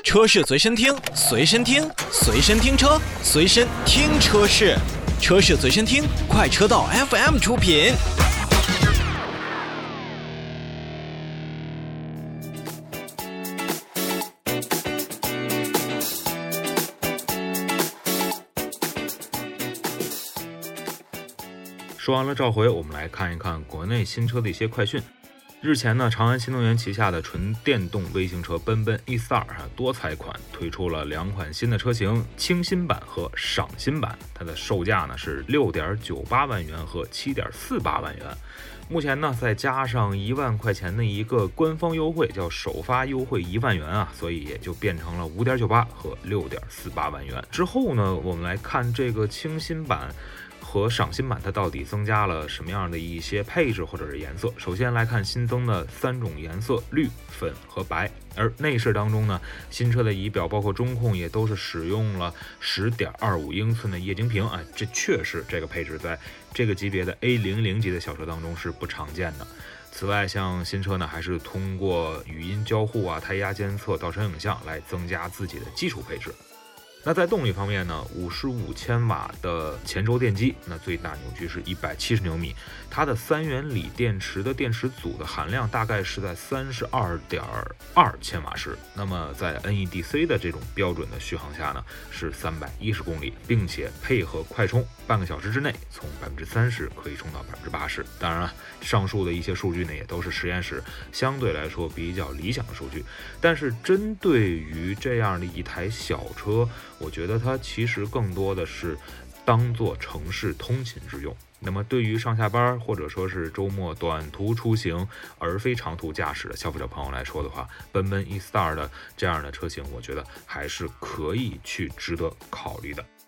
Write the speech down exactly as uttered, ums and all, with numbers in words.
车是随身听，随身听，随身听车，随身听车是，车是随身听，快车道 F M 出品。 说完了召回，我们来看一看国内新车的一些快讯。日前呢，长安新能源旗下的纯电动微型车奔奔 e-Star 多彩款推出了两款新的车型，轻新版和赏新版，它的售价呢是 六点九八万元和 七点四八万元。目前呢，再加上一万块钱的一个官方优惠，叫首发优惠一万元啊，所以也就变成了五点九八和六点四八万元。之后呢，我们来看这个轻新版和赏新版它到底增加了什么样的一些配置或者是颜色。首先来看新增的三种颜色，绿、粉和白。而内饰当中呢，新车的仪表包括中控也都是使用了 十点二五英寸的液晶屏啊，这确实这个配置在这个级别的 A 零零 级的小车当中是不常见的。此外，像新车呢，还是通过语音交互啊、胎压监测、倒车影像来增加自己的基础配置。那在动力方面呢，五十五千瓦的前轴电机，那最大扭矩是一百七十牛米，它的三元锂电池的电池组的含量大概是在 三十二点二千瓦时，那么在 N E D C 的这种标准的续航下呢，是三百一十公里，并且配合快充，半个小时之内从 百分之三十 可以充到 百分之八十。 当然了，上述的一些数据呢，也都是实验室相对来说比较理想的数据，但是针对于这样的一台小车，我觉得它其实更多的是当做城市通勤之用。那么对于上下班或者说是周末短途出行而非长途驾驶的消费者朋友来说的话，奔奔 e-Star 的这样的车型，我觉得还是可以去值得考虑的。